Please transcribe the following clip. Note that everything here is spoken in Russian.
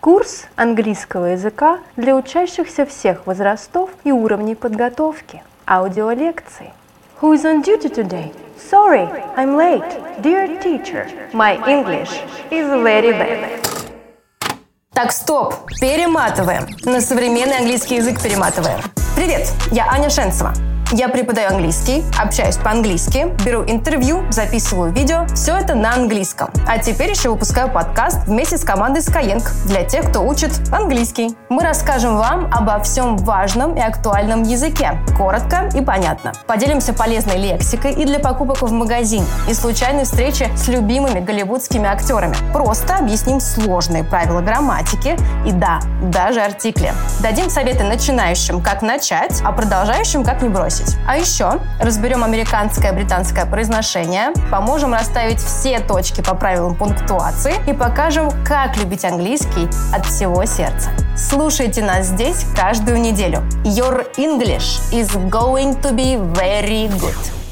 Курс английского языка для учащихся всех возрастов и уровней подготовки. Аудиолекции. Who is on duty today? Sorry, I'm late. Dear teacher, my English is very bad. Так, стоп, перематываем. На современный английский язык перематываем. Привет, я Аня Шенцева. Я преподаю английский, общаюсь по-английски, беру интервью, записываю видео. Все это на английском. А теперь еще выпускаю подкаст вместе с командой Skyeng для тех, кто учит английский. Мы расскажем вам обо всем важном и актуальном языке. Коротко и понятно. Поделимся полезной лексикой и для покупок в магазине, и случайной встречи с любимыми голливудскими актерами. Просто объясним сложные правила грамматики и, да, даже артикли. Дадим советы начинающим, как начать, а продолжающим, как не бросить. А еще разберем американское и британское произношение, поможем расставить все точки по правилам пунктуации и покажем, как любить английский от всего сердца. Слушайте нас здесь каждую неделю. Your English is going to be very good.